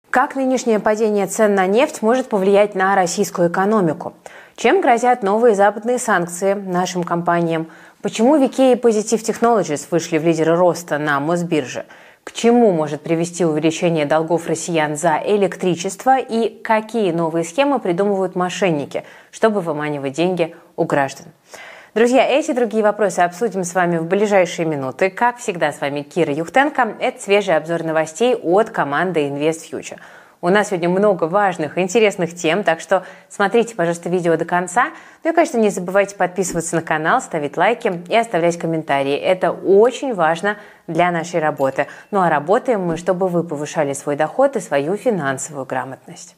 Как нынешнее падение цен на нефть может повлиять на российскую экономику? Чем грозят новые западные санкции нашим компаниям? Почему VK и Positive Technologies вышли в лидеры роста на Мосбирже? К чему может привести увеличение долгов россиян за электричество? И какие новые схемы придумывают мошенники, чтобы выманивать деньги у граждан? Друзья, эти и другие вопросы обсудим с вами в ближайшие минуты. Как всегда, с вами Кира Юхтенко. Это свежий обзор новостей от команды InvestFuture. У нас сегодня много важных и интересных тем, так что смотрите, пожалуйста, видео до конца. Ну и, конечно, не забывайте подписываться на канал, ставить лайки и оставлять комментарии. Это очень важно для нашей работы. Ну а работаем мы, чтобы вы повышали свой доход и свою финансовую грамотность.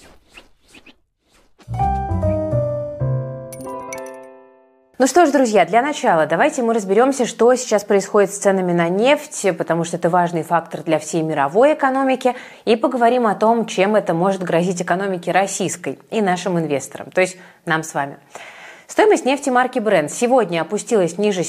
Ну что ж, друзья, для начала давайте мы разберемся, что сейчас происходит с ценами на нефть, потому что это важный фактор для всей мировой экономики, и поговорим о том, чем это может грозить экономике российской и нашим инвесторам, то есть нам с вами. Стоимость нефти марки Brent сегодня опустилась ниже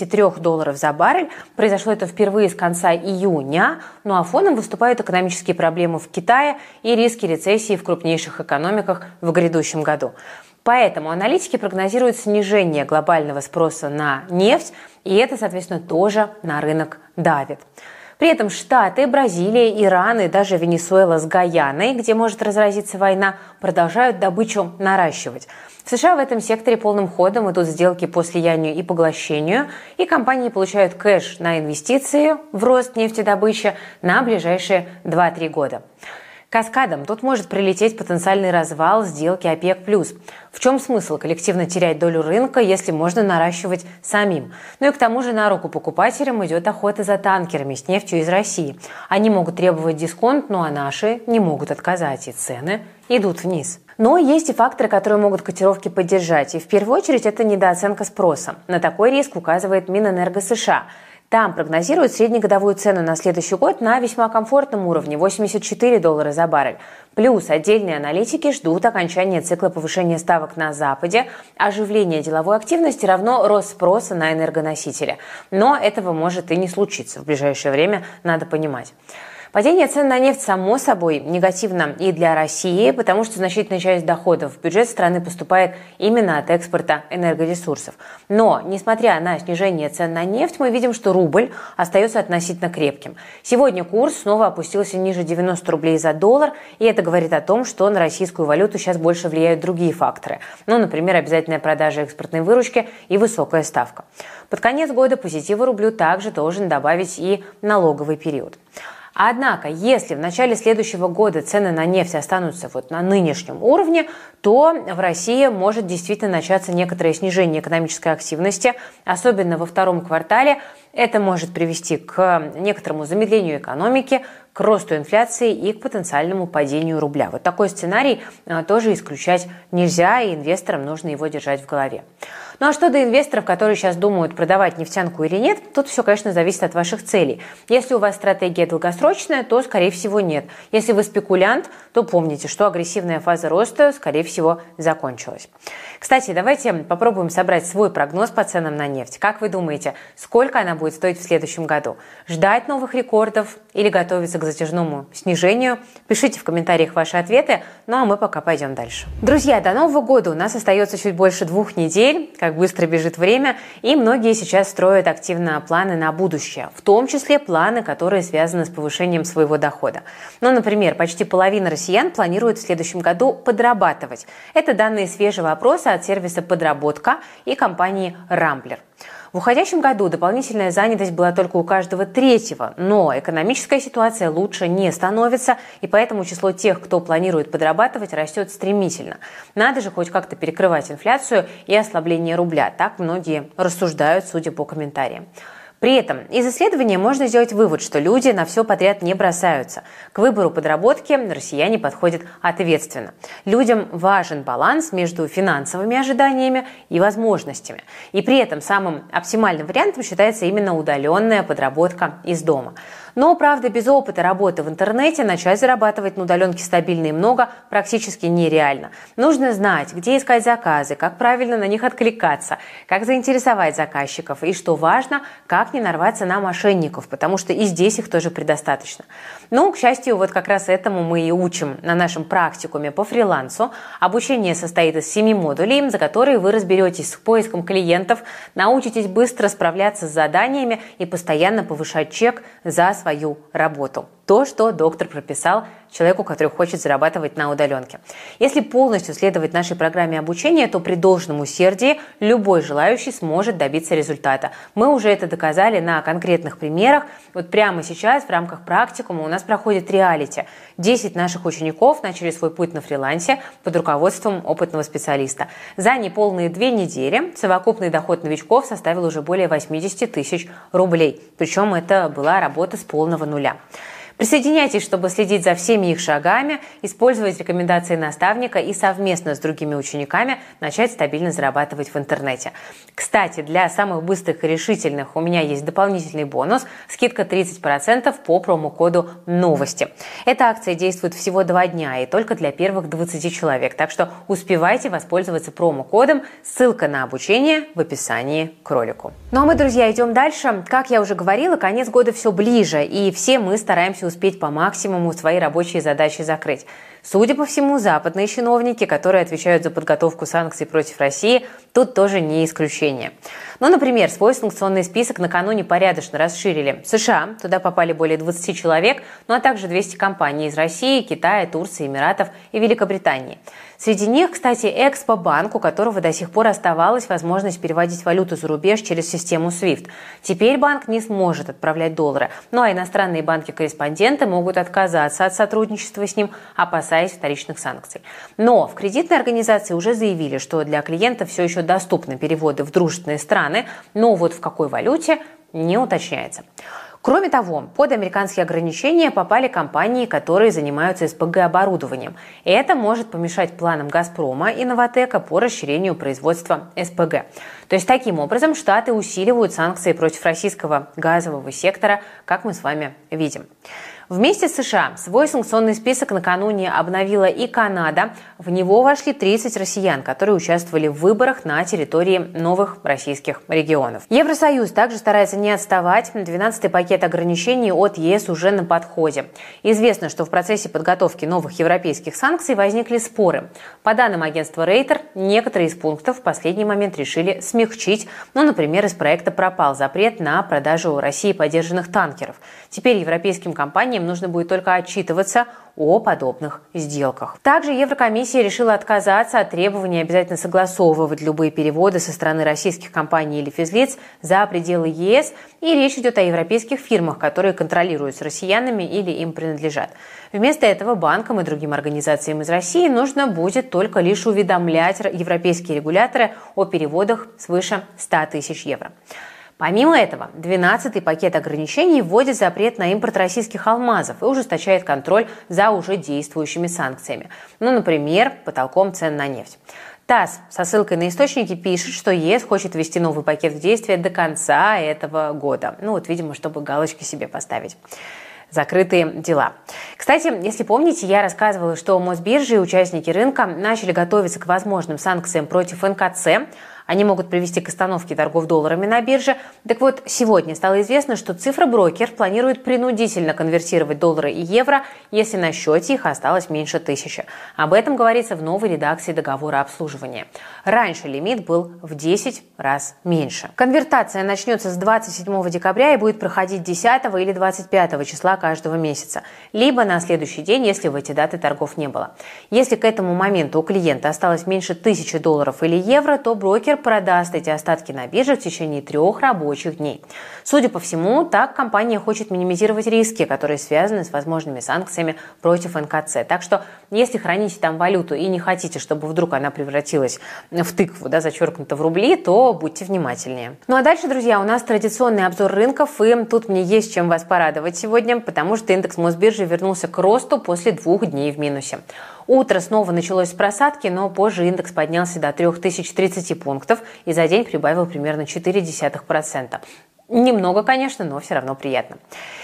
$73 за баррель. Произошло это впервые с конца июня. Ну а фоном выступают экономические проблемы в Китае и риски рецессии в крупнейших экономиках в грядущем году. Поэтому аналитики прогнозируют снижение глобального спроса на нефть, и это, соответственно, тоже на рынок давит. При этом Штаты, Бразилия, Иран и даже Венесуэла с Гаяной, где может разразиться война, продолжают добычу наращивать. В США в этом секторе полным ходом идут сделки по слиянию и поглощению, и компании получают кэш на инвестиции в рост нефтедобычи на ближайшие 2-3 года. Каскадом тут может прилететь потенциальный развал сделки ОПЕК+. В чем смысл коллективно терять долю рынка, если можно наращивать самим? Ну и к тому же на руку покупателям идет охота за танкерами с нефтью из России. Они могут требовать дисконт, ну а наши не могут отказать, и цены идут вниз. Но есть и факторы, которые могут котировки поддержать. И в первую очередь это недооценка спроса. На такой риск указывает Минэнерго США. Там прогнозируют среднегодовую цену на следующий год на весьма комфортном уровне – $84 за баррель. Плюс отдельные аналитики ждут окончания цикла повышения ставок на Западе. Оживление деловой активности равно рост спроса на энергоносители. Но этого может и не случиться в ближайшее время, надо понимать. Падение цен на нефть, само собой, негативно и для России, потому что значительная часть доходов в бюджет страны поступает именно от экспорта энергоресурсов. Но, несмотря на снижение цен на нефть, мы видим, что рубль остается относительно крепким. Сегодня курс снова опустился ниже 90 рублей за доллар, и это говорит о том, что на российскую валюту сейчас больше влияют другие факторы. Ну, например, обязательная продажа экспортной выручки и высокая ставка. Под конец года позитива рублю также должен добавить и налоговый период. Однако, если в начале следующего года цены на нефть останутся вот на нынешнем уровне, то в России может действительно начаться некоторое снижение экономической активности, особенно во втором квартале. Это может привести к некоторому замедлению экономики, к росту инфляции и к потенциальному падению рубля. Вот такой сценарий тоже исключать нельзя, и инвесторам нужно его держать в голове. Ну а что до инвесторов, которые сейчас думают, продавать нефтянку или нет, тут все, конечно, зависит от ваших целей. Если у вас стратегия долгосрочная, то, скорее всего, нет. Если вы спекулянт, то помните, что агрессивная фаза роста, скорее всего, закончилась. Кстати, давайте попробуем собрать свой прогноз по ценам на нефть. Как вы думаете, сколько она будет стоить в следующем году? Ждать новых рекордов или готовиться к затяжному снижению? Пишите в комментариях ваши ответы, ну а мы пока пойдем дальше. Друзья, до Нового года у нас остается чуть больше 2 недель, как быстро бежит время, и многие сейчас строят активно планы на будущее, в том числе планы, которые связаны с повышением своего дохода. Ну, например, почти половина россиян планирует в следующем году подрабатывать. Это данные свежего опроса от сервиса «Подработка» и компании «Рамблер». В уходящем году дополнительная занятость была только у каждого третьего, но экономическая ситуация лучше не становится, и поэтому число тех, кто планирует подрабатывать, растет стремительно. Надо же хоть как-то перекрывать инфляцию и ослабление рубля. Так многие рассуждают, судя по комментариям. При этом из исследования можно сделать вывод, что люди на все подряд не бросаются. К выбору подработки россияне подходят ответственно. Людям важен баланс между финансовыми ожиданиями и возможностями. И при этом самым оптимальным вариантом считается именно удаленная подработка из дома. Но, правда, без опыта работы в интернете начать зарабатывать на удаленке стабильно и много практически нереально. Нужно знать, где искать заказы, как правильно на них откликаться, как заинтересовать заказчиков и, что важно, как не нарваться на мошенников, потому что и здесь их тоже предостаточно. Ну, к счастью, вот как раз этому мы и учим на нашем практикуме по фрилансу. Обучение состоит из 7 модулей, за которые вы разберетесь с поиском клиентов, научитесь быстро справляться с заданиями и постоянно повышать чек за свою работу. То, что доктор прописал человеку, который хочет зарабатывать на удаленке. Если полностью следовать нашей программе обучения, то при должном усердии любой желающий сможет добиться результата. Мы уже это доказали на конкретных примерах. Вот прямо сейчас в рамках практикума у нас проходит реалити. 10 наших учеников начали свой путь на фрилансе под руководством опытного специалиста. За неполные 2 недели совокупный доход новичков составил уже более 80 тысяч рублей. Причем это была работа с полного нуля. Присоединяйтесь, чтобы следить за всеми их шагами, использовать рекомендации наставника и совместно с другими учениками начать стабильно зарабатывать в интернете. Кстати, для самых быстрых и решительных у меня есть дополнительный бонус – скидка 30% по промокоду «Новости». Эта акция действует всего 2 дня и только для первых 20 человек, так что успевайте воспользоваться промокодом. Ссылка на обучение в описании к ролику. Ну а мы, друзья, идем дальше. Как я уже говорила, конец года все ближе, и все мы стараемся успеть по максимуму свои рабочие задачи закрыть. Судя по всему, западные чиновники, которые отвечают за подготовку санкций против России, тут тоже не исключение. Ну, например, свой санкционный список накануне порядочно расширили. США, туда попали более 20 человек, ну а также 200 компаний из России, Китая, Турции, Эмиратов и Великобритании. Среди них, кстати, Экспо-банк, у которого до сих пор оставалась возможность переводить валюту за рубеж через систему SWIFT. Теперь банк не сможет отправлять доллары, ну а иностранные банки-корреспонденты могут отказаться от сотрудничества с ним, опасаясь вторичных санкций. Но в кредитной организации уже заявили, что для клиентов все еще доступны переводы в дружественные страны, но вот в какой валюте не уточняется. Кроме того, под американские ограничения попали компании, которые занимаются СПГ-оборудованием. И это может помешать планам «Газпрома» и «Новатэка» по расширению производства СПГ. То есть таким образом Штаты усиливают санкции против российского газового сектора, как мы с вами видим. Вместе с США свой санкционный список накануне обновила и Канада. В него вошли 30 россиян, которые участвовали в выборах на территории новых российских регионов. Евросоюз также старается не отставать. 12-й пакет ограничений от ЕС уже на подходе. Известно, что в процессе подготовки новых европейских санкций возникли споры. По данным агентства Рейтер, некоторые из пунктов в последний момент решили смягчить. Ну, например, из проекта пропал запрет на продажу России подержанных танкеров. Теперь европейским компаниям нужно будет только отчитываться о подобных сделках. Также Еврокомиссия решила отказаться от требования обязательно согласовывать любые переводы со стороны российских компаний или физлиц за пределы ЕС, и речь идет о европейских фирмах, которые контролируются россиянами или им принадлежат. Вместо этого банкам и другим организациям из России нужно будет только лишь уведомлять европейские регуляторы о переводах свыше 100 тысяч евро. Помимо этого, 12-й пакет ограничений вводит запрет на импорт российских алмазов и ужесточает контроль за уже действующими санкциями. Ну, например, потолком цен на нефть. ТАСС со ссылкой на источники пишет, что ЕС хочет ввести новый пакет в действие до конца этого года. Ну вот, видимо, чтобы галочки себе поставить. Закрытые дела. Кстати, если помните, я рассказывала, что Мосбиржи и участники рынка начали готовиться к возможным санкциям против НКЦ. Они могут привести к остановке торгов долларами на бирже. Так вот, сегодня стало известно, что Цифроброкер планирует принудительно конвертировать доллары и евро, если на счете их осталось меньше 1000. Об этом говорится в новой редакции договора обслуживания. Раньше лимит был в 10 раз меньше. Конвертация начнется с 27 декабря и будет проходить 10 или 25 числа каждого месяца. Либо на следующий день, если в эти даты торгов не было. Если к этому моменту у клиента осталось меньше 1000 долларов или евро, то брокер продаст эти остатки на бирже в течение 3 рабочих дней. Судя по всему, так компания хочет минимизировать риски, которые связаны с возможными санкциями против НКЦ. Так что, если храните там валюту и не хотите, чтобы вдруг она превратилась в тыкву, зачеркнута в рубли, то будьте внимательнее. Ну а дальше, друзья, у нас традиционный обзор рынков, и тут мне есть чем вас порадовать сегодня, потому что индекс Мосбиржи вернулся к росту после 2 дней в минусе. Утро снова началось с просадки, но позже индекс поднялся до 3030 пунктов и за день прибавил примерно 0,4%. Немного, конечно, но все равно приятно.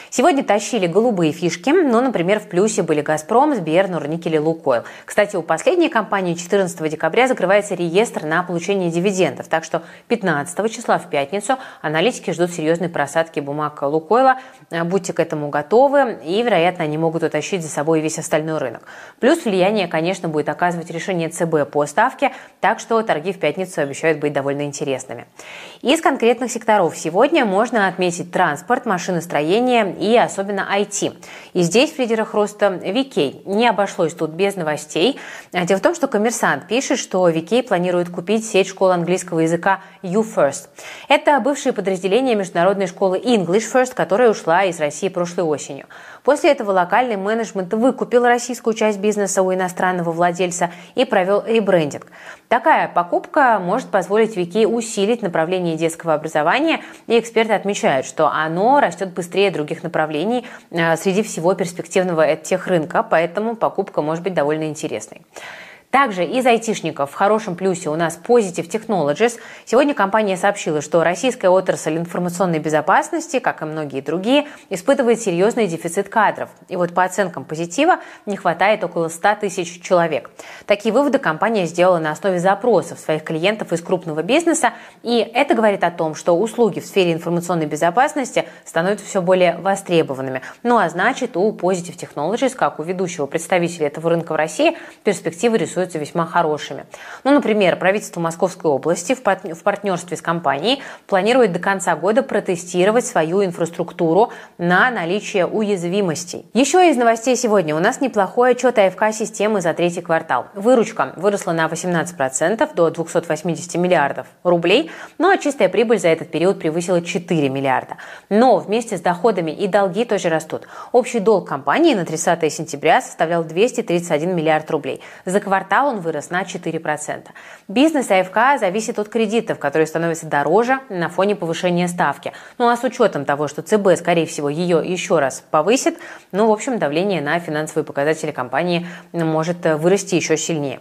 Сегодня тащили голубые фишки, но, например, в плюсе были «Газпром», «Сбер», «Норникель» и «Лукойл». Кстати, у последней компании 14 декабря закрывается реестр на получение дивидендов, так что 15 числа в пятницу аналитики ждут серьезной просадки бумаг «Лукойла». Будьте к этому готовы, и, вероятно, они могут утащить за собой весь остальной рынок. Плюс влияние, конечно, будет оказывать решение ЦБ по ставке, так что торги в пятницу обещают быть довольно интересными. Из конкретных секторов сегодня можно отметить транспорт, машиностроение и особенно IT. И здесь в лидерах роста VK. Не обошлось тут без новостей. Дело в том, что «Коммерсант» пишет, что VK планирует купить сеть школ английского языка YouFirst. Это бывшее подразделение международной школы English First, которая ушла из России прошлой осенью. После этого локальный менеджмент выкупил российскую часть бизнеса у иностранного владельца и провел ребрендинг. Такая покупка может позволить VK усилить направление детского образования, и эксперты отмечают, что оно растет быстрее других направлений среди всего перспективного тех-рынка, поэтому покупка может быть довольно интересной. Также из айтишников в хорошем плюсе у нас Positive Technologies. Сегодня компания сообщила, что российская отрасль информационной безопасности, как и многие другие, испытывает серьезный дефицит кадров. И вот по оценкам Позитива не хватает около 100 тысяч человек. Такие выводы компания сделала на основе запросов своих клиентов из крупного бизнеса. И это говорит о том, что услуги в сфере информационной безопасности становятся все более востребованными. Ну а значит, у Positive Technologies, как у ведущего представителя этого рынка в России, перспективы рисуются весьма хорошими. Ну, например, правительство Московской области в партнерстве с компанией планирует до конца года протестировать свою инфраструктуру на наличие уязвимостей. Еще из новостей сегодня у нас неплохой отчет АФК-системы за третий квартал. Выручка выросла на 18% до 280 миллиардов рублей, ну а чистая прибыль за этот период превысила 4 миллиарда. Но вместе с доходами и долги тоже растут. Общий долг компании на 30 сентября составлял 231 миллиард рублей. За квартал он вырос на 4%. Бизнес АФК зависит от кредитов, которые становятся дороже на фоне повышения ставки. Ну а с учетом того, что ЦБ, скорее всего, ее еще раз повысит, в общем, давление на финансовые показатели компании может вырасти еще сильнее.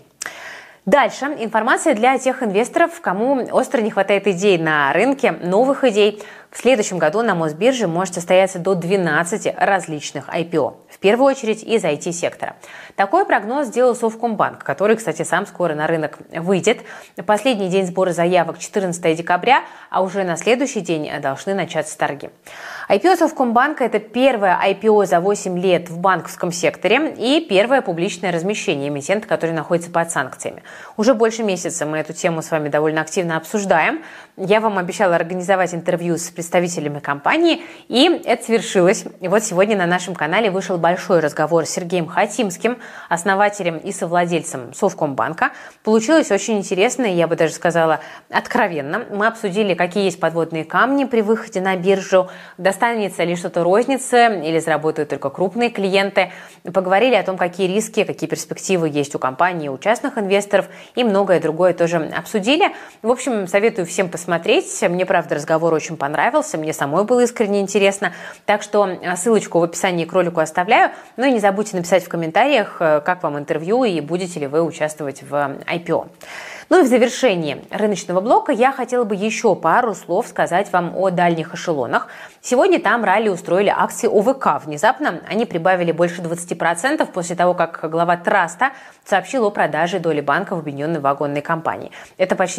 Дальше информация для тех инвесторов, кому остро не хватает идей на рынке, новых идей. В следующем году на Мосбирже может состояться до 12 различных IPO, в первую очередь из IT-сектора. Такой прогноз сделал Совкомбанк, который, кстати, сам скоро на рынок выйдет. Последний день сбора заявок 14 декабря, а уже на следующий день должны начаться торги. IPO Совкомбанка – это первое IPO за 8 лет в банковском секторе и первое публичное размещение эмитента, который находится под санкциями. Уже больше месяца мы эту тему с вами довольно активно обсуждаем. Я вам обещала организовать интервью с представителями компании, и это свершилось. И вот сегодня на нашем канале вышел большой разговор с Сергеем Хатимским, основателем и совладельцем Совкомбанка. Получилось очень интересно, я бы даже сказала, откровенно. Мы обсудили, какие есть подводные камни при выходе на биржу, достанется ли что-то рознице или заработают только крупные клиенты. Поговорили о том, какие риски, какие перспективы есть у компании, у частных инвесторов, и многое другое тоже обсудили. В общем, советую всем посмотреть. Мне, правда, разговор очень понравился, мне самой было искренне интересно. Так что ссылочку в описании к ролику оставляю. Ну и не забудьте написать в комментариях, как вам интервью и будете ли вы участвовать в IPO. Ну и в завершении рыночного блока я хотела бы еще пару слов сказать вам о дальних эшелонах. Сегодня там ралли устроили акции ОВК. Внезапно они прибавили больше 20% после того, как глава Траста сообщил о продаже доли банка в объединенной вагонной компании. Это почти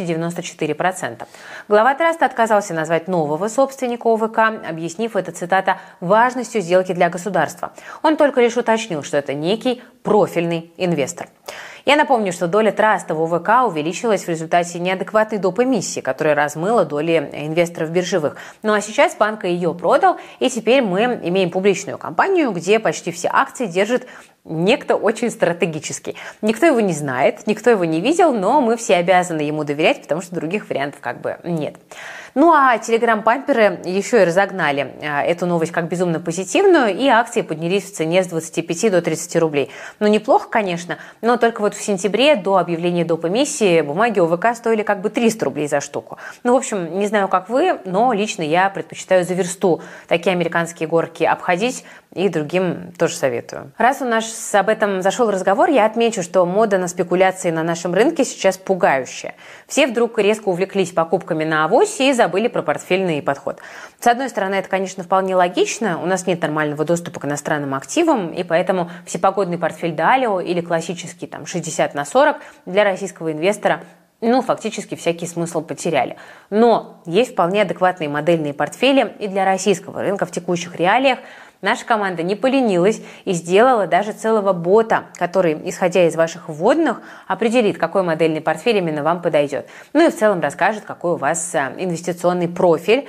94%. Глава Траста отказался назвать нового собственника ОВК, объяснив это, цитата, «важностью сделки для государства». Он только лишь уточнил, что это некий профильный инвестор. Я напомню, что доля Траста в ОВК увеличилась в результате неадекватной доп. Эмиссии, которая размыла доли инвесторов биржевых. Ну а сейчас банк ее продал, и теперь мы имеем публичную компанию, где почти все акции держит некто очень стратегический. Никто его не знает, никто его не видел, но мы все обязаны ему доверять, потому что других вариантов как бы нет. Ну а телеграм-памперы еще и разогнали эту новость как безумно позитивную, и акции поднялись в цене с 25 до 30 рублей. Ну неплохо, конечно, но только вот в сентябре до объявления доп. Эмиссии бумаги ОВК стоили как бы 300 рублей за штуку. Ну в общем, не знаю, как вы, но лично я предпочитаю за версту такие американские горки обходить, и другим тоже советую. Раз у нас об этом зашел разговор, я отмечу, что мода на спекуляции на нашем рынке сейчас пугающая. Все вдруг резко увлеклись покупками на авось и забыли про портфельный подход. С одной стороны, это, конечно, вполне логично. У нас нет нормального доступа к иностранным активам, и поэтому всепогодный портфель Далио или классический 60/40 для российского инвестора фактически всякий смысл потеряли. Но есть вполне адекватные модельные портфели и для российского рынка в текущих реалиях. Наша команда не поленилась и сделала даже целого бота, который, исходя из ваших вводных, определит, какой модельный портфель именно вам подойдет. И в целом расскажет, какой у вас инвестиционный профиль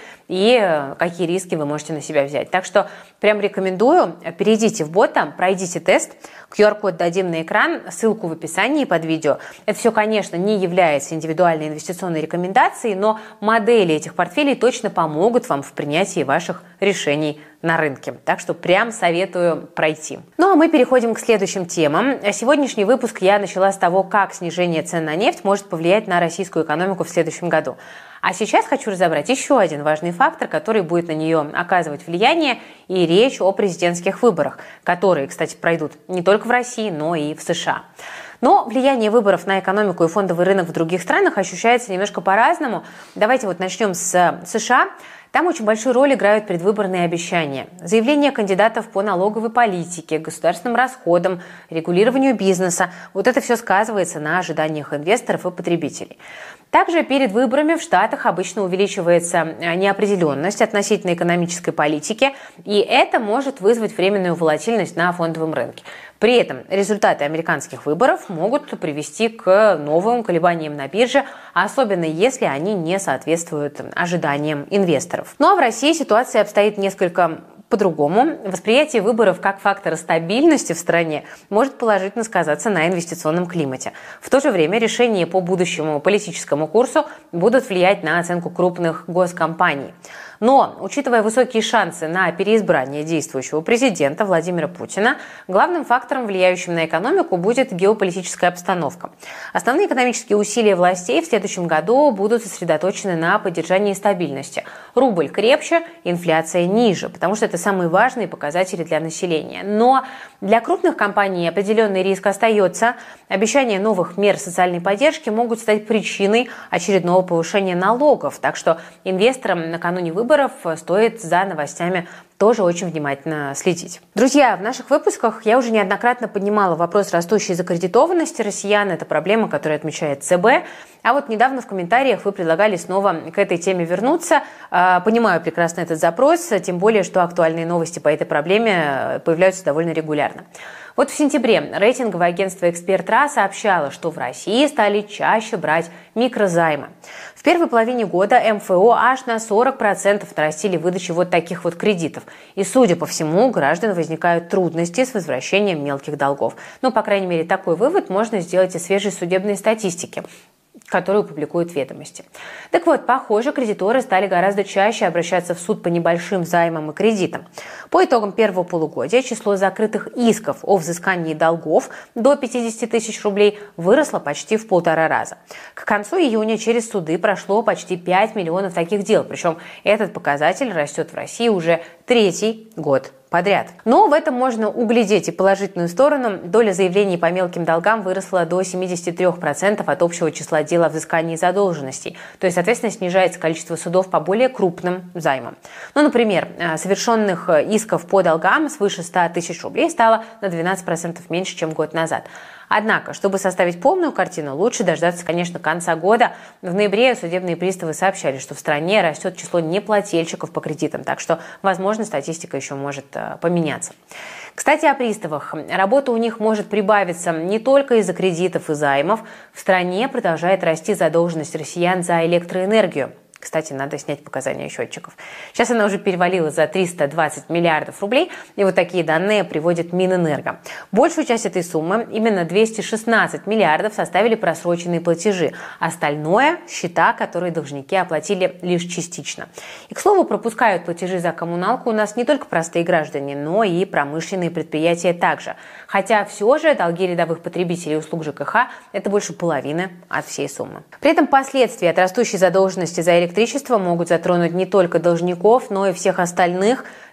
и какие риски вы можете на себя взять. Так что прям рекомендую, перейдите в бота, пройдите тест, QR-код дадим на экран, ссылку в описании под видео. Это все, конечно, не является индивидуальной инвестиционной рекомендацией, но модели этих портфелей точно помогут вам в принятии ваших решений на рынке. Так что прям советую пройти. А мы переходим к следующим темам. Сегодняшний выпуск я начала с того, как снижение цен на нефть может повлиять на российскую экономику в следующем году. А сейчас хочу разобрать еще один важный фактор, который будет на нее оказывать влияние, и речь о президентских выборах, которые, кстати, пройдут не только в России, но и в США. Но влияние выборов на экономику и фондовый рынок в других странах ощущается немножко по-разному. Давайте начнем с США. Там очень большую роль играют предвыборные обещания. Заявления кандидатов по налоговой политике, государственным расходам, регулированию бизнеса. Это все сказывается на ожиданиях инвесторов и потребителей. Также перед выборами в Штатах обычно увеличивается неопределенность относительно экономической политики, и это может вызвать временную волатильность на фондовом рынке. При этом результаты американских выборов могут привести к новым колебаниям на бирже, особенно если они не соответствуют ожиданиям инвесторов. А в России ситуация обстоит несколько по-другому. Восприятие выборов как фактора стабильности в стране может положительно сказаться на инвестиционном климате. В то же время решения по будущему политическому курсу будут влиять на оценку крупных госкомпаний. Но, учитывая высокие шансы на переизбрание действующего президента Владимира Путина, главным фактором, влияющим на экономику, будет геополитическая обстановка. Основные экономические усилия властей в следующем году будут сосредоточены на поддержании стабильности. Рубль крепче, инфляция ниже, потому что это самые важные показатели для населения. Но для крупных компаний определенный риск остается. Обещания новых мер социальной поддержки могут стать причиной очередного повышения налогов. Так что инвесторам накануне выборов стоит за новостями тоже очень внимательно следить. Друзья, в наших выпусках я уже неоднократно поднимала вопрос растущей закредитованности россиян. Это проблема, которую отмечает ЦБ. А недавно в комментариях вы предлагали снова к этой теме вернуться. Понимаю прекрасно этот запрос, тем более, что актуальные новости по этой проблеме появляются довольно регулярно. В сентябре рейтинговое агентство «Эксперт.РА» сообщало, что в России стали чаще брать микрозаймы. В первой половине года МФО аж на 40% нарастили выдачи таких кредитов. И, судя по всему, у граждан возникают трудности с возвращением мелких долгов. По крайней мере, такой вывод можно сделать из свежей судебной статистики, которую публикуют «Ведомости». Так похоже, кредиторы стали гораздо чаще обращаться в суд по небольшим займам и кредитам. По итогам первого полугодия число закрытых исков о взыскании долгов до 50 тысяч рублей выросло почти в 1,5 раза. К концу июня через суды прошло почти 5 миллионов таких дел, причем этот показатель растет в России уже третий год подряд. Но в этом можно углядеть и положительную сторону. Доля заявлений по мелким долгам выросла до 73% от общего числа дел о взыскании задолженностей. То есть, соответственно, снижается количество судов по более крупным займам. Например, совершенных исков по долгам свыше 100 тысяч рублей стало на 12% меньше, чем год назад. Однако, чтобы составить полную картину, лучше дождаться, конечно, конца года. В ноябре судебные приставы сообщали, что в стране растет число неплательщиков по кредитам, так что, возможно, статистика еще может поменяться. Кстати, о приставах. Работа у них может прибавиться не только из-за кредитов и займов. В стране продолжает расти задолженность россиян за электроэнергию. Кстати, надо снять показания счетчиков. Сейчас она уже перевалила за 320 миллиардов рублей, и такие данные приводит Минэнерго. Большую часть этой суммы, именно 216 миллиардов, составили просроченные платежи. Остальное – счета, которые должники оплатили лишь частично. И, к слову, пропускают платежи за коммуналку у нас не только простые граждане, но и промышленные предприятия также. Хотя все же долги рядовых потребителей услуг ЖКХ – это больше половины от всей суммы. При этом последствия от растущей задолженности за электричество могут затронуть не только должников, но и всех остальных.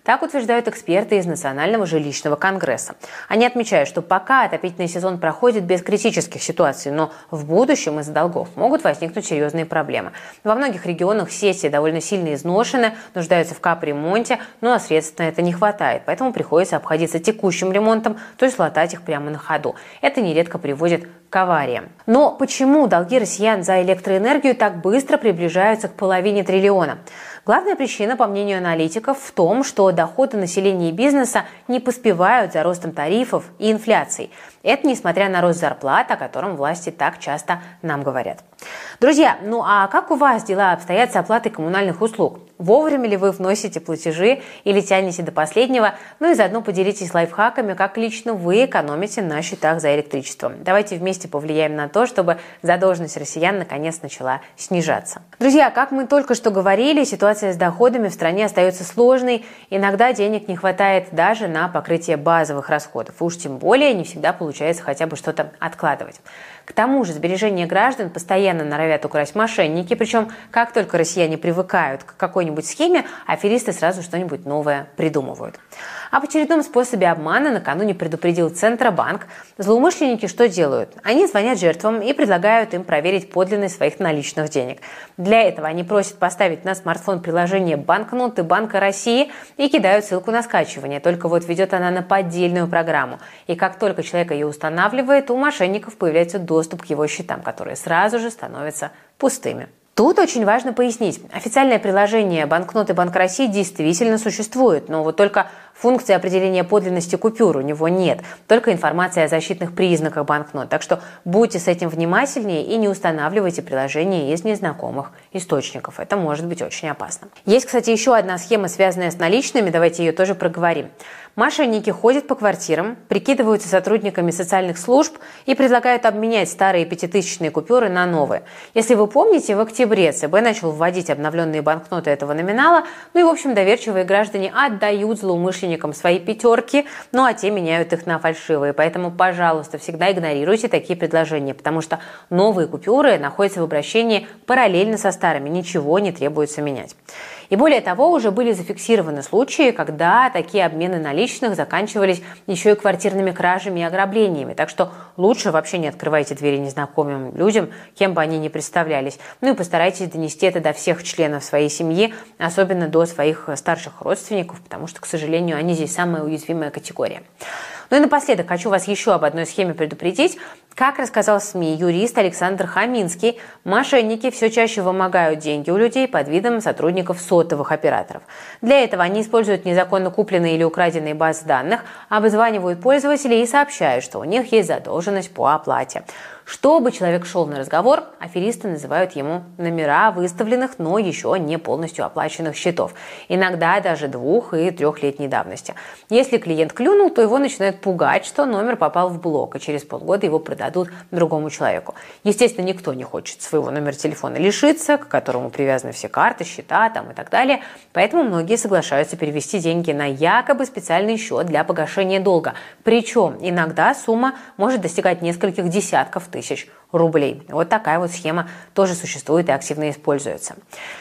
Так утверждают эксперты из Национального жилищного конгресса. Они отмечают, что пока отопительный сезон проходит без критических ситуаций, но в будущем из-за долгов могут возникнуть серьезные проблемы. Во многих регионах сети довольно сильно изношены, нуждаются в капремонте, а средств на это не хватает, поэтому приходится обходиться текущим ремонтом, то есть латать их прямо на ходу. Это нередко приводит к авариям. Но почему долги россиян за электроэнергию так быстро приближаются к половине триллиона? Главная причина, по мнению аналитиков, в том, что доходы населения и бизнеса не поспевают за ростом тарифов и инфляцией. Это несмотря на рост зарплат, о котором власти так часто нам говорят. Друзья, а как у вас дела обстоят с оплатой коммунальных услуг? Вовремя ли вы вносите платежи или тянете до последнего? И заодно поделитесь лайфхаками, как лично вы экономите на счетах за электричество. Давайте вместе повлияем на то, чтобы задолженность россиян наконец начала снижаться. Друзья, как мы только что говорили, ситуация с доходами в стране остается сложной. Иногда денег не хватает даже на покрытие базовых расходов. Уж тем более не всегда получается хотя бы что-то откладывать. К тому же сбережения граждан постоянно норовят украсть мошенники, причем как только россияне привыкают к какой-нибудь схеме, аферисты сразу что-нибудь новое придумывают. Об очередном способе обмана накануне предупредил Центробанк. Злоумышленники что делают? Они звонят жертвам и предлагают им проверить подлинность своих наличных денег. Для этого они просят поставить на смартфон приложение «Банкноты Банка России» и кидают ссылку на скачивание. Только ведет она на поддельную программу. И как только человек ее устанавливает, у мошенников появляется доступ к его счетам, которые сразу же становятся пустыми. Тут очень важно пояснить. Официальное приложение «Банкноты Банка России» действительно существует, но только функции определения подлинности купюр у него нет, только информация о защитных признаках банкнот. Так что будьте с этим внимательнее и не устанавливайте приложение из незнакомых источников. Это может быть очень опасно. Есть, кстати, еще одна схема, связанная с наличными, давайте ее тоже проговорим. Мошенники ходят по квартирам, прикидываются сотрудниками социальных служб и предлагают обменять старые пятитысячные купюры на новые. Если вы помните, в октябре ЦБ начал вводить обновленные банкноты этого номинала, в общем, доверчивые граждане отдают злоумышленникам свои пятерки, а те меняют их на фальшивые. Поэтому, пожалуйста, всегда игнорируйте такие предложения, потому что новые купюры находятся в обращении параллельно со старыми, ничего не требуется менять. И более того, уже были зафиксированы случаи, когда такие обмены наличных заканчивались еще и квартирными кражами и ограблениями. Так что лучше вообще не открывайте двери незнакомым людям, кем бы они ни представлялись. И постарайтесь донести это до всех членов своей семьи, особенно до своих старших родственников, потому что, к сожалению, они здесь самая уязвимая категория. И напоследок хочу вас еще об одной схеме предупредить. Как рассказал СМИ юрист Александр Хаминский, мошенники все чаще вымогают деньги у людей под видом сотрудников сотовых операторов. Для этого они используют незаконно купленные или украденные базы данных, обзванивают пользователей и сообщают, что у них есть задолженность по оплате. Чтобы человек шел на разговор, аферисты называют ему номера выставленных, но еще не полностью оплаченных счетов. Иногда даже 2- и 3-летней давности. Если клиент клюнул, то его начинают пугать, что номер попал в блок, и через полгода его продадут другому человеку. Естественно, никто не хочет своего номера телефона лишиться, к которому привязаны все карты, счета и так далее. Поэтому многие соглашаются перевести деньги на якобы специальный счет для погашения долга. Причем иногда сумма может достигать нескольких десятков тысяч рублей. Вот такая схема тоже существует и активно используется.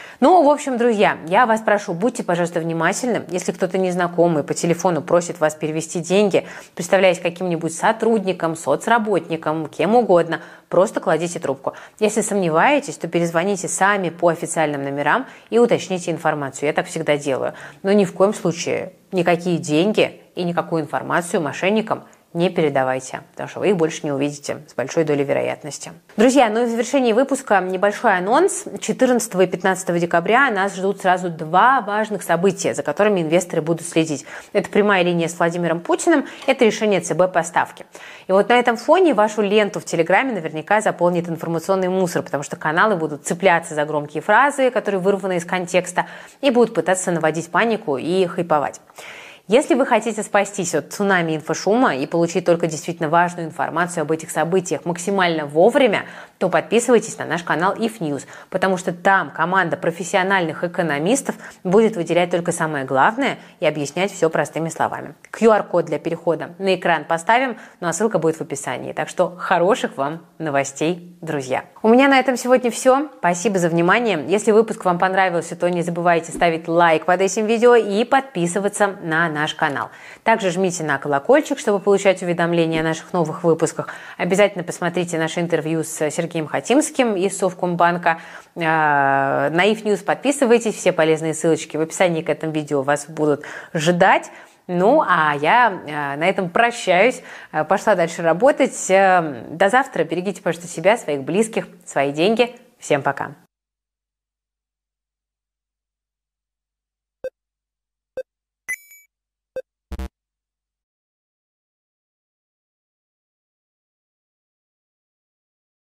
В общем, друзья, я вас прошу, будьте, пожалуйста, внимательны. Если кто-то незнакомый по телефону просит вас перевести деньги, представляясь каким-нибудь сотрудником, соцработником, кем угодно, просто кладите трубку. Если сомневаетесь, то перезвоните сами по официальным номерам и уточните информацию. Я так всегда делаю. Но ни в коем случае никакие деньги и никакую информацию мошенникам не передавайте, потому что вы их больше не увидите с большой долей вероятности. Друзья, и в завершении выпуска небольшой анонс. 14 и 15 декабря нас ждут сразу 2 важных события, за которыми инвесторы будут следить. Это прямая линия с Владимиром Путиным, это решение ЦБ по ставке. И на этом фоне вашу ленту в Телеграме наверняка заполнит информационный мусор, потому что каналы будут цепляться за громкие фразы, которые вырваны из контекста, и будут пытаться наводить панику и хайповать. Если вы хотите спастись от цунами инфошума и получить только действительно важную информацию об этих событиях максимально вовремя, то подписывайтесь на наш канал IF News, потому что там команда профессиональных экономистов будет выделять только самое главное и объяснять все простыми словами. QR-код для перехода на экран поставим, ну а ссылка будет в описании. Так что хороших вам новостей, друзья. У меня на этом сегодня все. Спасибо за внимание. Если выпуск вам понравился, то не забывайте ставить лайк под этим видео и подписываться на наш канал. Также жмите на колокольчик, чтобы получать уведомления о наших новых выпусках. Обязательно посмотрите наше интервью с Сергеем Хатимским из Совкомбанка. На IF News подписывайтесь, все полезные ссылочки в описании к этому видео вас будут ждать. Ну, а я на этом прощаюсь, пошла дальше работать. До завтра. Берегите, пожалуйста, себя, своих близких, свои деньги. Всем пока.